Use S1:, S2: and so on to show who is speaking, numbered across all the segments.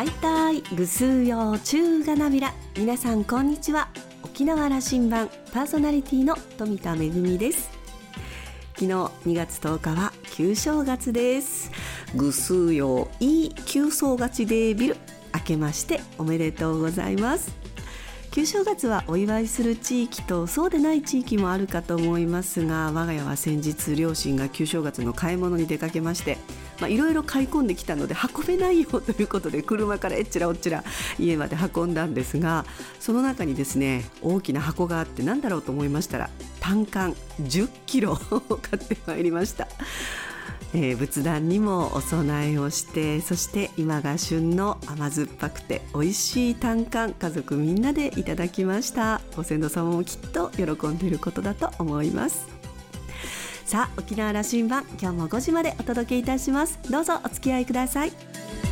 S1: はいたいぐすうようちゅうがなびら。皆さんこんにちは。沖縄羅針盤パーソナリティの富田恵です。昨日2月10日は旧正月です。ぐすうよういい旧正月でビル。明けましておめでとうございます。旧正月はお祝いする地域とそうでない地域もあるかと思いますが、我が家は先日両親が旧正月の買い物に出かけまして、いろいろ買い込んできたので運べないよということで車からえっちらおっちら家まで運んだんですが、その中にですね大きな箱があって、何だろうと思いましたら単管10キロを買ってまいりました。仏壇にもお供えをして、そして今が旬の甘酸っぱくて美味しい単管、家族みんなでいただきました。ご先祖様もきっと喜んでいることだと思います。さあ、沖縄羅針盤、今日も5時までお届けいたします。どうぞお付き合いください。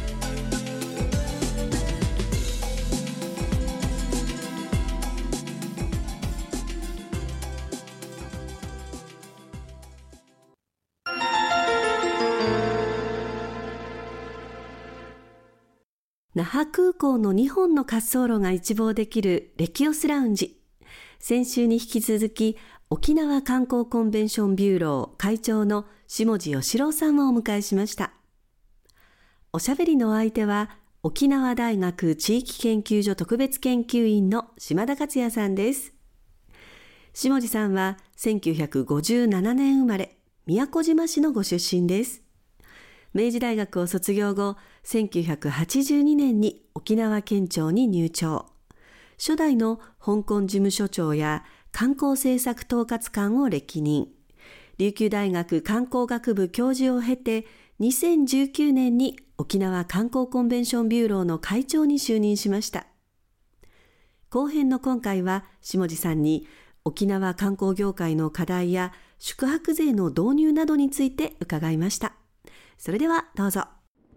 S1: 那覇空港の2本の滑走路が一望できるレキオスラウンジ。先週に引き続き沖縄観光コンベンションビューロー会長の下地義郎さんをお迎えしました。おしゃべりの相手は沖縄大学地域研究所特別研究員の島田克也さんです。下地さんは1957年生まれ、宮古島市のご出身です。明治大学を卒業後、1982年に沖縄県庁に入庁。初代の香港事務所長や観光政策統括官を歴任。琉球大学観光学部教授を経て、2019年に沖縄観光コンベンションビューローの会長に就任しました。後編の今回は、下地さんに沖縄観光業界の課題や宿泊税の導入などについて伺いました。それではどうぞ。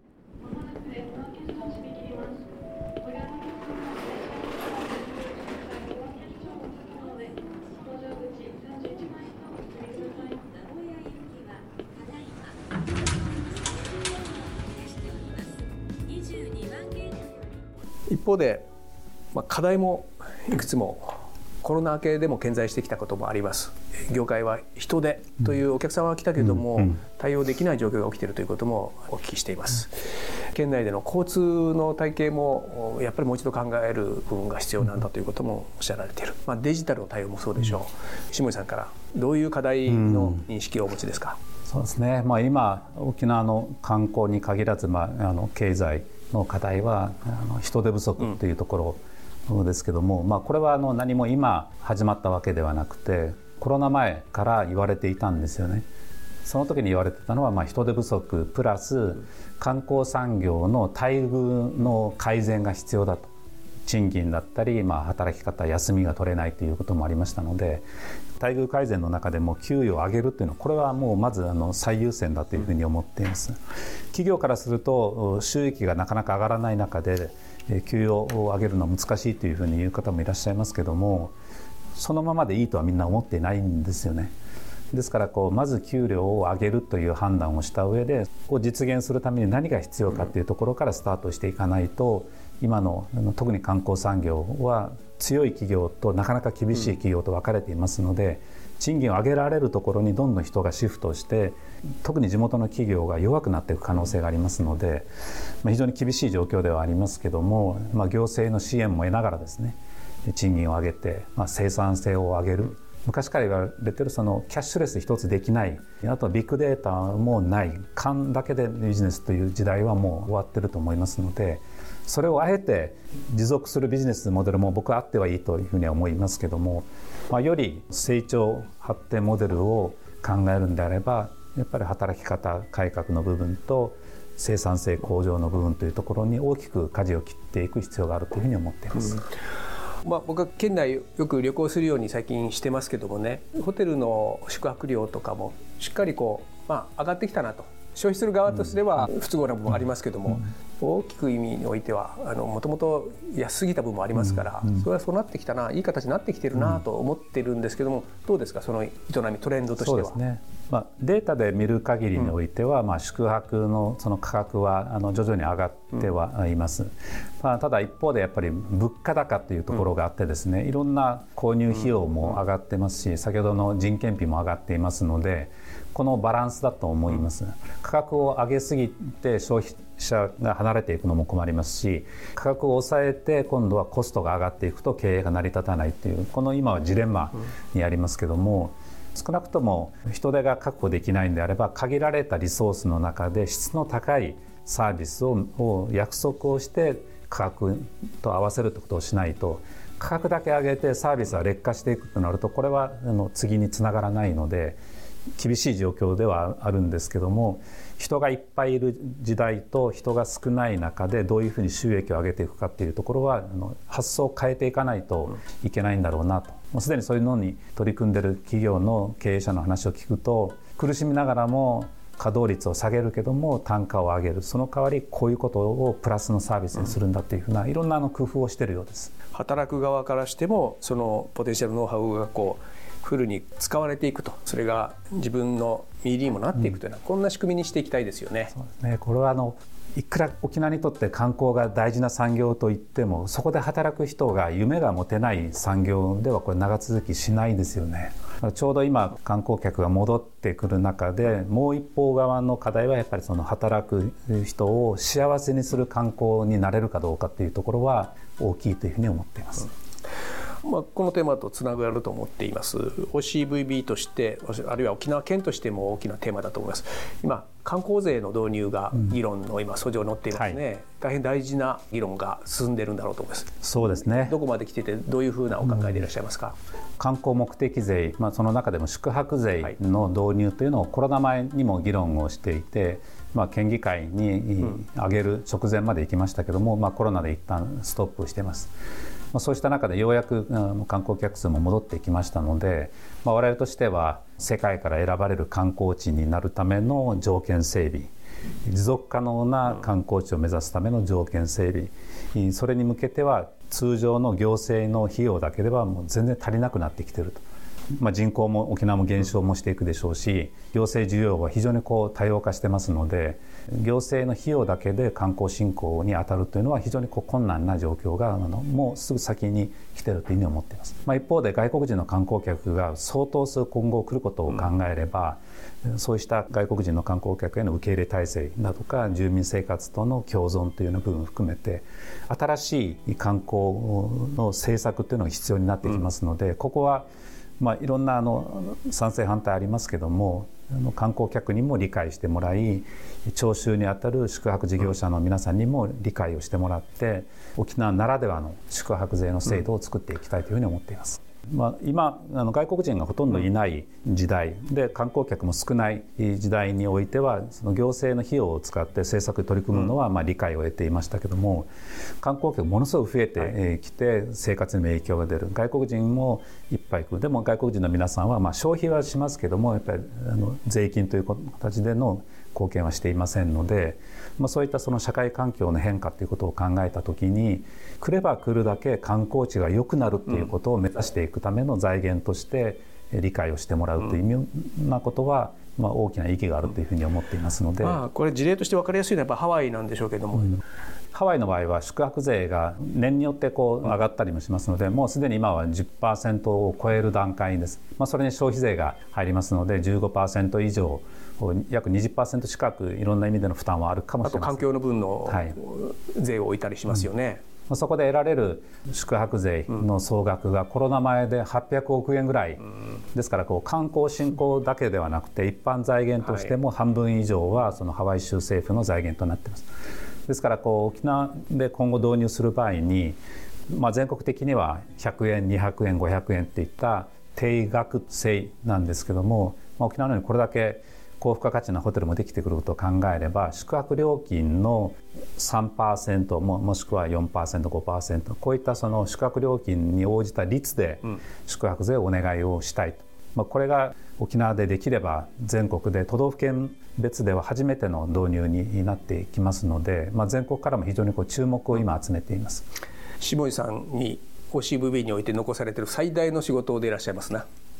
S2: 一方で、課題もいくつもコロナ明けでも顕在してきたこともあります。業界は人手というお客様が来たけれども、対応できない状況が起きているということもお聞きしています。県内での交通の体系もやっぱりもう一度考える部分が必要なんだということもおっしゃられている。デジタルの対応もそうでしょう。下地さんからどういう課題の認識をお持ちですか？
S3: そうですね、今沖縄の観光に限らず、経済の課題は人手不足というところですけども、これは何も今始まったわけではなくて、コロナ前から言われていたんですよね。その時に言われてたのは、人手不足プラス観光産業の待遇の改善が必要だと。賃金だったり、働き方、休みが取れないということもありましたので、待遇改善の中でも給与を上げるというのは、これはもうまず最優先だというふうに思っています。企業からすると収益がなかなか上がらない中で給与を上げるのは難しいというふうに言う方もいらっしゃいますけども、そのままでいいとはみんな思っていないんですよね。ですからまず給料を上げるという判断をした上で、実現するために何が必要かというところからスタートしていかないと、今の特に観光産業は強い企業となかなか厳しい企業と分かれていますので、賃金を上げられるところにどんどん人がシフトして、特に地元の企業が弱くなっていく可能性がありますので、非常に厳しい状況ではありますけども、行政の支援も得ながらですね、賃金を上げて、生産性を上げる。昔から言われているキャッシュレス一つできない、あとはビッグデータもない、勘だけでビジネスという時代はもう終わってると思いますので、それをあえて持続するビジネスモデルも僕はあってはいいというふうには思いますけども、より成長発展モデルを考えるんであれば、やっぱり働き方改革の部分と生産性向上の部分というところに大きく舵を切っていく必要があるというふうに思っています。
S2: 僕は県内よく旅行するように最近してますけどもね、ホテルの宿泊料とかもしっかり上がってきたなと。消費する側とすれば不都合な部分もありますけども、大きく意味においてはもともと安すぎた部分もありますから、それはそうなってきたな、いい形になってきてるなと思ってるんですけども、どうですか、その営みトレンドとしては。
S3: そうですね、 データで見る限りにおいては、宿泊のその価格は徐々に上がってはいます。ただ一方でやっぱり物価高というところがあってですね、いろんな購入費用も上がってますし、先ほどの人件費も上がっていますので、このバランスだと思います。価格を上げすぎて消費者が離れていくのも困りますし、価格を抑えて今度はコストが上がっていくと経営が成り立たないという、この今はジレンマにありますけども、少なくとも人手が確保できないんであれば、限られたリソースの中で質の高いサービスを約束をして価格と合わせるということをしないと、価格だけ上げてサービスは劣化していくとなると、これは次につながらないので厳しい状況ではあるんですけども、人がいっぱいいる時代と人が少ない中でどういうふうに収益を上げていくかっていうところは発想を変えていかないといけないんだろうなと。もうすでにそういうのに取り組んでいる企業の経営者の話を聞くと、苦しみながらも稼働率を下げるけども単価を上げる、その代わりこういうことをプラスのサービスにするんだっていうふうないろんな工夫をしているようです。
S2: 働く側からしてもそのポテンシャルノウハウがフルに使われていくと、それが自分の身にもなっていくというのは、こんな仕組みにしていきたいですよね。
S3: そうですね。これはいくら沖縄にとって観光が大事な産業といっても、そこで働く人が夢が持てない産業ではこれ長続きしないですよね。ちょうど今観光客が戻ってくる中で、もう一方側の課題はやっぱりその働く人を幸せにする観光になれるかどうかっていうところは大きいというふうに思っています。
S2: このテーマとつながると思っています。 OCVB としてあるいは沖縄県としても大きなテーマだと思います。今観光税の導入が議論の今訴状に載っていますね、大変大事な議論が進んでいるんだろうと思います。
S3: そうですね。
S2: どこまで来ててどういうふうなお考えでいらっしゃいますか。
S3: 観光目的税、その中でも宿泊税の導入というのをコロナ前にも議論をしていて、県議会に上げる直前まで行きましたけども、コロナで一旦ストップしています。そうした中でようやく観光客数も戻ってきましたので、我々としては世界から選ばれる観光地になるための条件整備、持続可能な観光地を目指すための条件整備、それに向けては通常の行政の費用だけではもう全然足りなくなってきていると。人口も沖縄も減少もしていくでしょうし、行政需要は非常に多様化してますので、行政の費用だけで観光振興に当たるというのは非常に困難な状況がもうすぐ先に来ているというふうに思っています。一方で外国人の観光客が相当数今後来ることを考えれば、そうした外国人の観光客への受け入れ体制だとか住民生活との共存というような部分を含めて新しい観光の政策というのが必要になってきますので、ここはいろんな賛成反対ありますけども、観光客にも理解してもらい、徴収にあたる宿泊事業者の皆さんにも理解をしてもらって、沖縄ならではの宿泊税の制度を作っていきたいというふうに思っています。今外国人がほとんどいない時代で、観光客も少ない時代においては、その行政の費用を使って政策に取り組むのは理解を得ていましたけども、観光客ものすごく増えてきて生活にも影響が出る。外国人もいっぱい来る。でも外国人の皆さんは消費はしますけども、やっぱり税金という形での貢献はしていませんので、そういったその社会環境の変化ということを考えたときに、来れば来るだけ観光地が良くなるということを目指していくための財源として理解をしてもらうというようなことは、大きな意義があるというふうに思っていますので、
S2: これ事例として分かりやすいのはやっぱハワイなんでしょうけども、
S3: ハワイの場合は宿泊税が年によって上がったりもしますので、もうすでに今は 10% を超える段階です。それに消費税が入りますので 15% 以上、約 20% 近くいろんな意味での負担はあるかもしれません。
S2: あと環境の分の税を置いたりしますよね。
S3: そこで得られる宿泊税の総額がコロナ前で800億円ぐらいですから、観光振興だけではなくて一般財源としても半分以上はそのハワイ州政府の財源となっています。ですから沖縄で今後導入する場合に、全国的には100円200円500円っていった定額制なんですけども、沖縄のようにこれだけ高付加価値なホテルもできてくることを考えれば、宿泊料金の 3% もしくは 4%、5%、こういったその宿泊料金に応じた率で宿泊税をお願いをしたいと。これが沖縄でできれば全国で都道府県別では初めての導入になっていきますので、全国からも非常に注目を今集めています。
S2: 下井さんに OCVB において残されている最大の仕事でいらっしゃいますな。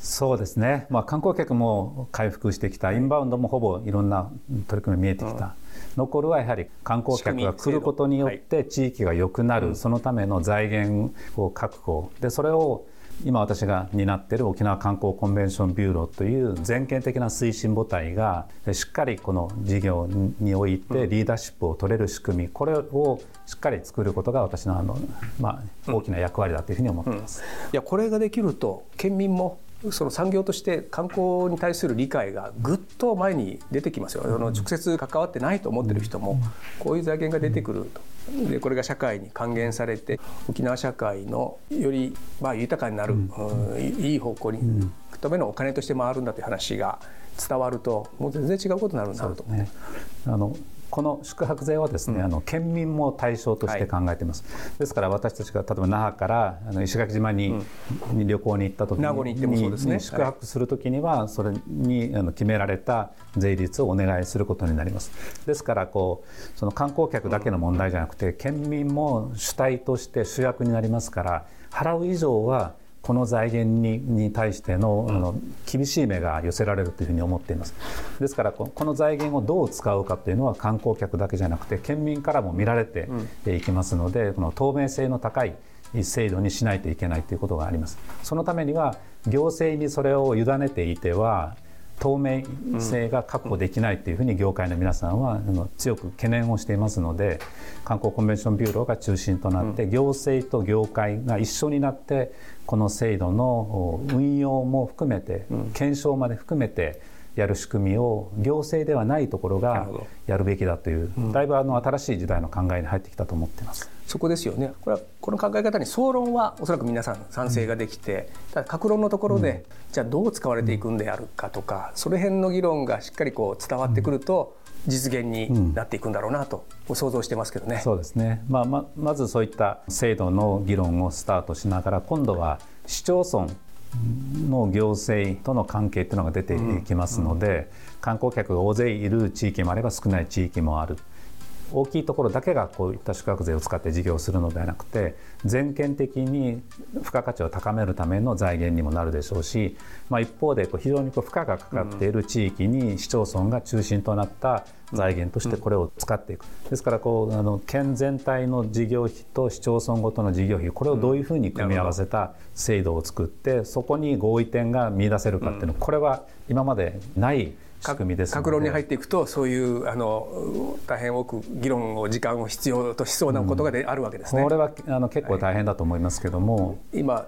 S3: そうですね、観光客も回復してきた、インバウンドもほぼいろんな取り組み見えてきた、残るはやはり観光客が来ることによって地域が良くなる、そのための財源を確保で、それを今私が担っている沖縄観光コンベンションビューローという全権的な推進母体がしっかりこの事業においてリーダーシップを取れる仕組み、これをしっかり作ることが私の大きな役割だというふうに思っています。
S2: いや、これができると県民もその産業として観光に対する理解がぐっと前に出てきますよ。直接関わってないと思ってる人もこういう財源が出てくると、でこれが社会に還元されて沖縄社会のより豊かになる、いい方向に行くためのお金として回るんだという話が伝わると、もう全然違うことになるんだろうと思う。
S3: この宿泊税はですね、県民も対象として考えています、ですから私たちが例えば那覇から石垣島に旅行に行った時に宿泊する時にはそれに決められた税率をお願いすることになります。ですからその観光客だけの問題じゃなくて、県民も主体として主役になりますから、払う以上はこの財源に対しての厳しい目が寄せられるというふうに思っています。ですからこの財源をどう使うかというのは観光客だけじゃなくて県民からも見られていきますので、この透明性の高い制度にしないといけないということがあります。そのためには行政にそれを委ねていては透明性が確保できないというふうに業界の皆さんは強く懸念をしていますので、観光コンベンションビューローが中心となって行政と業界が一緒になってこの制度の運用も含めて検証まで含めてやる仕組みを行政ではないところがやるべきだという、だいぶ新しい時代の考えに入ってきたと思っています。
S2: そこですよね。この考え方に総論はおそらく皆さん賛成ができて、ただ各論のところで、じゃあどう使われていくんであるかとか、その辺の議論がしっかり伝わってくると実現になっていくんだろうなと想像してますけどね。
S3: そうですね、まずそういった制度の議論をスタートしながら、今度は市町村の行政との関係というのが出ていきますので、観光客が大勢いる地域もあれば少ない地域もある。大きいところだけがこういった宿泊税を使って事業をするのではなくて、全県的に付加価値を高めるための財源にもなるでしょうし、一方で非常に負荷がかかっている地域に市町村が中心となった財源としてこれを使っていく。ですから県全体の事業費と市町村ごとの事業費、これをどういうふうに組み合わせた制度を作って、そこに合意点が見出せるかっていうの、これは今までない仕組みですので、
S2: 各論に入っていくとそういう大変多く議論を時間を必要としそうなことがあるわけですね。
S3: これは結構大変だと思いますけども、
S2: 今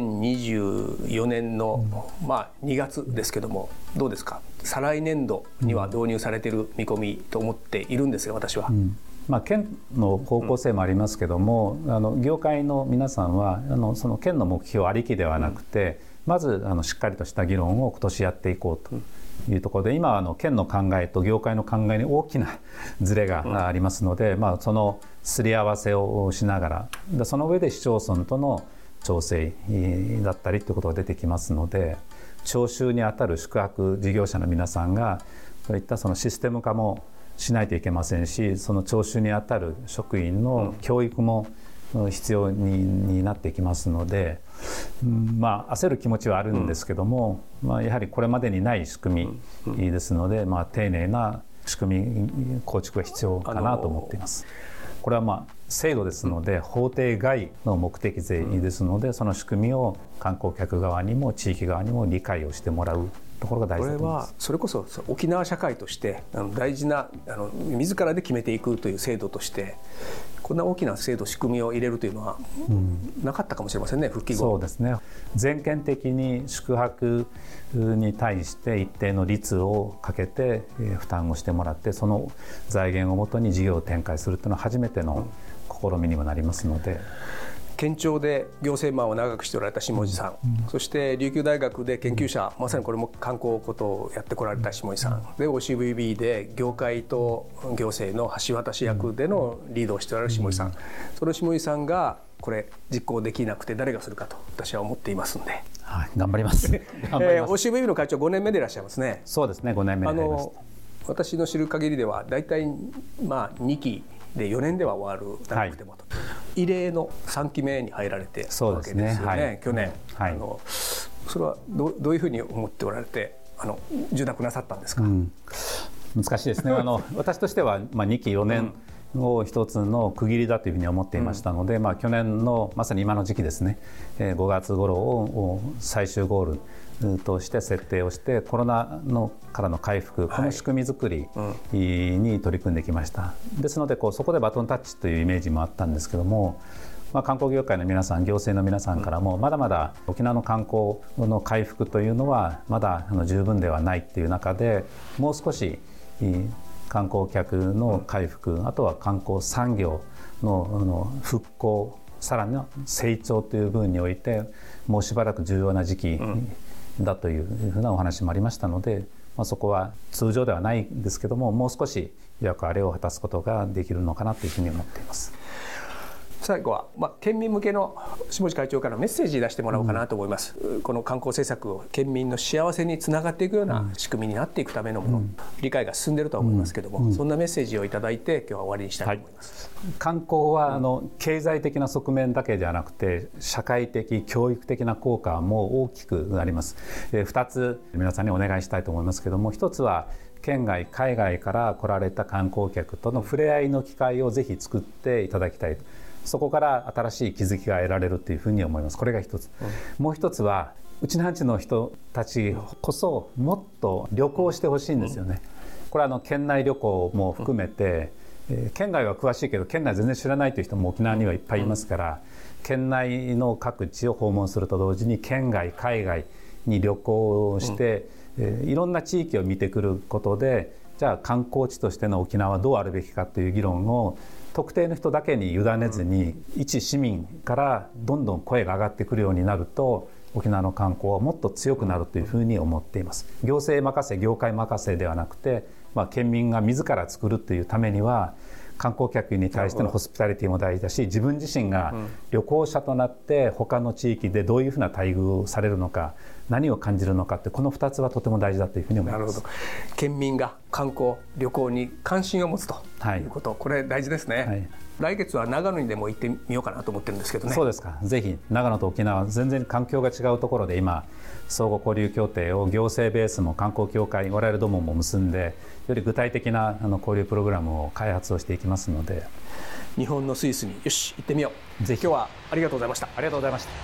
S2: 2024年の2月ですけども、どうですか。再来年度には導入されている見込みと思っているんですが、私は。
S3: 県の方向性もありますけども、業界の皆さんはその県の目標ありきではなくて、まずしっかりとした議論を今年やっていこうというところで、今県の考えと業界の考えに大きなズレがありますので、そのすり合わせをしながら、その上で市町村との調整だったりということが出てきますので、徴収にあたる宿泊事業者の皆さんがそういったそのシステム化もしないといけませんし、その徴収にあたる職員の教育も必要になってきますので、焦る気持ちはあるんですけども、やはりこれまでにない仕組みですので、丁寧な仕組み構築が必要かなと思っています。これは制度ですので、法定外の目的税ですので、その仕組みを観光客側にも地域側にも理解をしてもらうところが大事だと思います。
S2: これはそれこそ沖縄社会として大事な自らで決めていくという制度として、こんな大きな制度仕組みを入れるというのはなかったかもしれませんね、復帰後。
S3: そうですね。全県的に宿泊に対して一定の率をかけて負担をしてもらって、その財源をもとに事業を展開するというのは初めての試みにもなりますので。
S2: 県庁で行政マンを長くしておられた下地さん、そして琉球大学で研究者、まさにこれも観光ことをやってこられた下地さんで、 OCVB で業界と行政の橋渡し役でのリードをしておられる下地さん、その下地さんがこれ実行できなくて誰がするかと私は思っていますので、
S3: 頑張ります。
S2: OCVB の会長5年目でいらっしゃいますね。
S3: そうですね、5年目になりました。
S2: 私の知る限りではだいたい2期で4年では終わる、長くてもと、異例の3期目に入られてわけですよね、去年。 それはどういうふうに思っておられて受諾なさったんですか？
S3: 難しいですね。私としては、2期4年を一つの区切りだというふうに思っていましたので、去年のまさに今の時期ですね、5月頃を最終ゴールとして設定をして、コロナからの回復、この仕組み作りに取り組んできました。ですのでそこでバトンタッチというイメージもあったんですけども、観光業界の皆さん、行政の皆さんからもまだまだ沖縄の観光の回復というのはまだ十分ではないっていう中で、もう少し観光客の回復、あとは観光産業の復興、さらには成長という部分においてもうしばらく重要な時期だというふうなお話もありましたので、そこは通常ではないんですけども、もう少し役割を果たすことができるのかなというふうに思っています。
S2: 最後は、県民向けの下地会長からメッセージ出してもらおうかなと思います。この観光政策を県民の幸せにつながっていくような仕組みになっていくためのもの、理解が進んでいるとは思いますけども、そんなメッセージをいただいて今日は終わりにしたいと思います。
S3: 観光は経済的な側面だけではなくて、社会的教育的な効果も大きくあります。2つ皆さんにお願いしたいと思いますけども、1つは県外海外から来られた観光客との触れ合いの機会をぜひ作っていただきたい。そこから新しい気づきが得られるというふうに思います。これが一つ。もう一つは、うちなんちの人たちこそもっと旅行してほしいんですよね。これは県内旅行も含めて、県外は詳しいけど県内全然知らないという人も沖縄にはいっぱいいますから、県内の各地を訪問すると同時に県外海外に旅行して、いろんな地域を見てくることで、じゃあ観光地としての沖縄はどうあるべきかという議論を特定の人だけに委ねずに、一市民からどんどん声が上がってくるようになると、沖縄の観光はもっと強くなるというふうに思っています。行政任せ、業界任せではなくて、県民が自ら作るというためには、観光客に対してのホスピタリティも大事だし、自分自身が旅行者となって他の地域でどういうふうな待遇をされるのか、何を感じるのかって、この2つはとても大事だというふうに思います。
S2: なるほど。県民が観光旅行に関心を持つということ、これ大事ですね。来月は長野にでも行ってみようかなと思ってるんですけどね。
S3: そうですか。ぜひ長野と沖縄全然環境が違うところで今相互交流協定を行政ベースも観光協会、我々どもも結んで、より具体的な交流プログラムを開発をしていきますので、
S2: 日本のスイスによし行ってみよう。ぜひ。今日はありがとうございました。
S3: ありがとうございました。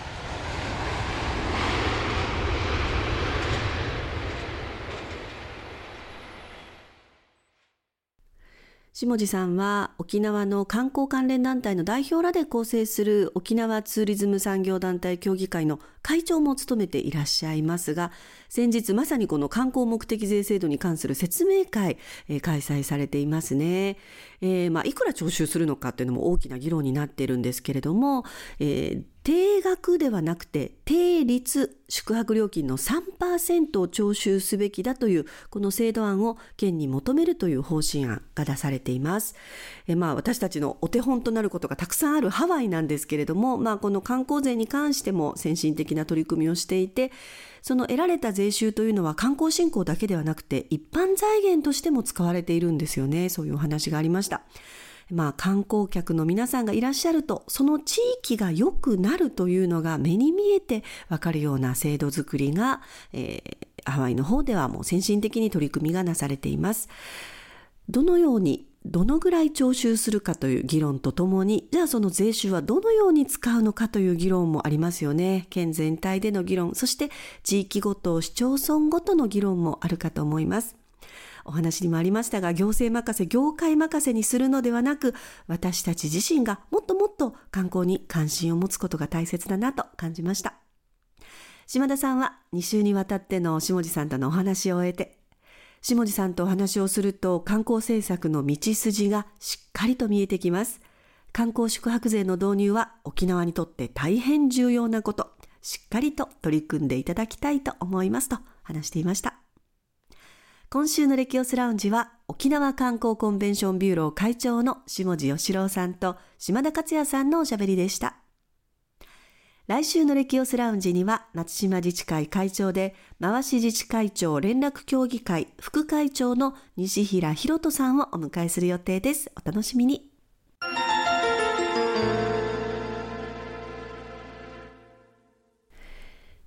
S1: 下地さんは沖縄の観光関連団体の代表らで構成する沖縄ツーリズム産業団体協議会の会長も務めていらっしゃいますが、先日まさにこの観光目的税制度に関する説明会、開催されていますね。いくら徴収するのかっていうのも大きな議論になっているんですけれども、定額ではなくて定率宿泊料金の 3% を徴収すべきだというこの制度案を県に求めるという方針案が出されています。私たちのお手本となることがたくさんあるハワイなんですけれども、この観光税に関しても先進的な取り組みをしていて、その得られた税収というのは観光振興だけではなくて一般財源としても使われているんですよね。そういうお話がありました。観光客の皆さんがいらっしゃると、その地域が良くなるというのが目に見えてわかるような制度作りが、ハワイの方ではもう先進的に取り組みがなされています。どのようにどのぐらい徴収するかという議論とともに、じゃあその税収はどのように使うのかという議論もありますよね。県全体での議論、そして地域ごと、市町村ごとの議論もあるかと思います。お話にもありましたが、行政任せ、業界任せにするのではなく、私たち自身がもっともっと観光に関心を持つことが大切だなと感じました。島田さんは2週にわたっての下地さんとのお話を終えて、下地さんとお話をすると観光政策の道筋がしっかりと見えてきます。観光宿泊税の導入は沖縄にとって大変重要なこと、しっかりと取り組んでいただきたいと思いますと話していました。今週のレキオスラウンジは沖縄観光コンベンションビューロー会長の下地義郎さんと島田克也さんのおしゃべりでした。来週のレキオスラウンジには松島自治会会長で回し自治会長連絡協議会副会長の西平博人さんをお迎えする予定です。お楽しみに。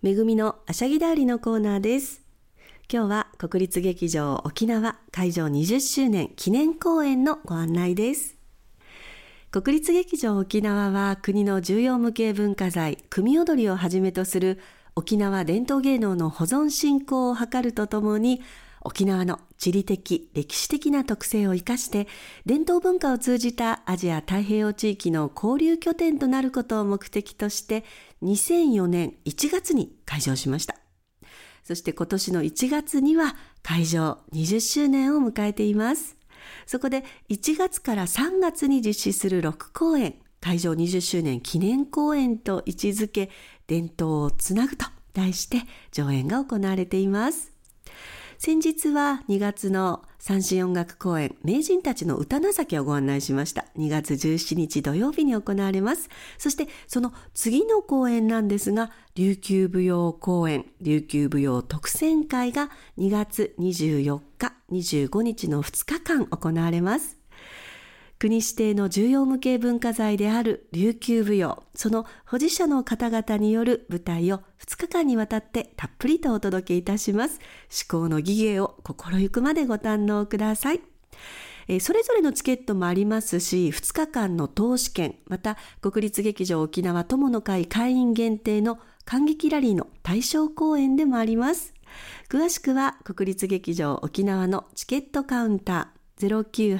S1: めぐみのあしゃぎだよりのコーナーです。今日は国立劇場沖縄開場20周年記念公演のご案内です。国立劇場沖縄は国の重要無形文化財組踊りをはじめとする沖縄伝統芸能の保存振興を図るとともに、沖縄の地理的歴史的な特性を生かして伝統文化を通じたアジア太平洋地域の交流拠点となることを目的として2004年1月に開場しました。そして今年の1月には開場20周年を迎えています。そこで1月から3月に実施する6公演、開場20周年記念公演と位置づけ、伝統をつなぐと題して上演が行われています。先日は2月の三線音楽公演名人たちの歌情けをご案内しました。2月17日土曜日に行われます。そしてその次の公演なんですが、琉球舞踊公演琉球舞踊特選会が2月24日25日の2日間行われます。国指定の重要無形文化財である琉球舞踊、その保持者の方々による舞台を2日間にわたってたっぷりとお届けいたします。至高の技芸を心ゆくまでご堪能ください。それぞれのチケットもありますし、2日間の投資券、また国立劇場沖縄友の会会員限定の観劇ラリーの対象公演でもあります。詳しくは国立劇場沖縄のチケットカウンター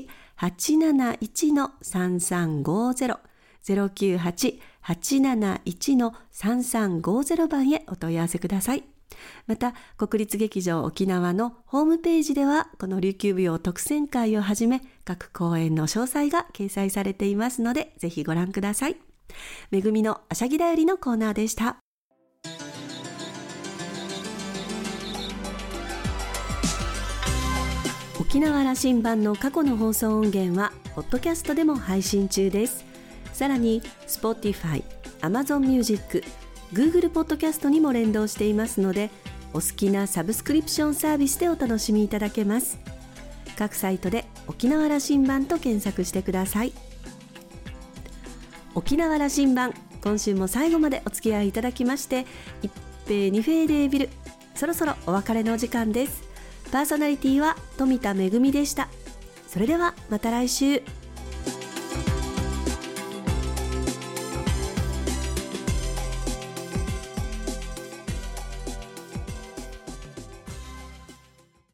S1: 098-871-3350 098-871-3350 番へお問い合わせください。また国立劇場沖縄のホームページではこの琉球舞踊特選会をはじめ各公演の詳細が掲載されていますので、ぜひご覧ください。めぐみのあしゃぎだよりのコーナーでした。沖縄羅針盤の過去の放送音源はポッドキャストでも配信中です。さらに Spotify、Amazon Music、Google ポッドキャストにも連動していますので、お好きなサブスクリプションサービスでお楽しみいただけます。各サイトで沖縄羅針盤と検索してください。沖縄羅針盤、今週も最後までお付き合いいただきまして一平二平デービル、そろそろお別れの時間です。パーソナリティは富田恵でした。それではまた来週。